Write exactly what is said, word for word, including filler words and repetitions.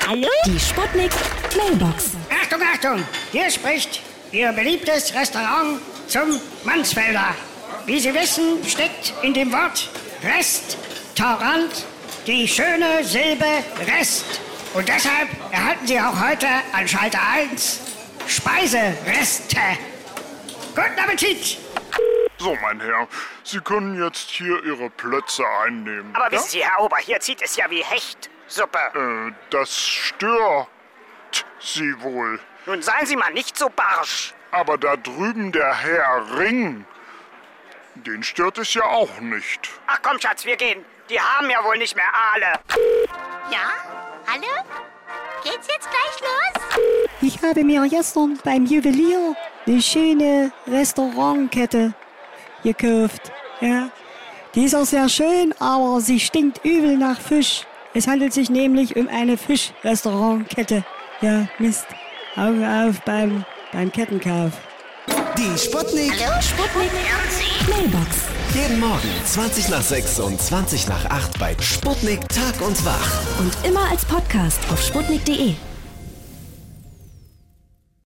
Hallo? Die Sputnik Mailbox. Achtung, Achtung! Hier spricht Ihr beliebtes Restaurant zum Mansfelder. Wie Sie wissen, steckt in dem Wort Restaurant die schöne Silbe Rest. Und deshalb erhalten Sie auch heute an Schalter eins Speisereste. Guten Appetit! So, mein Herr, Sie können jetzt hier Ihre Plätze einnehmen. Aber ja? wissen Sie, Herr Ober, hier zieht es ja wie Hechtsuppe. Äh, das stört Sie wohl. Nun seien Sie mal nicht so barsch. Aber da drüben der Herr Ring, den stört es ja auch nicht. Ach komm, Schatz, wir gehen. Die haben ja wohl nicht mehr alle. Ja? Hallo? Geht's jetzt gleich los? Ich habe mir gestern beim Juwelier eine schöne Restaurantkette gekauft. Ja. Die ist auch sehr schön, aber sie stinkt übel nach Fisch. Es handelt sich nämlich um eine Fischrestaurantkette. Ja, Mist. Augen auf beim, beim Kettenkauf. Die Sputnik. Hallo? Sputnik. Mailbox. Jeden Morgen zwanzig nach sechs und zwanzig nach acht bei Sputnik Tag und Wach. Und immer als Podcast auf sputnik punkt de.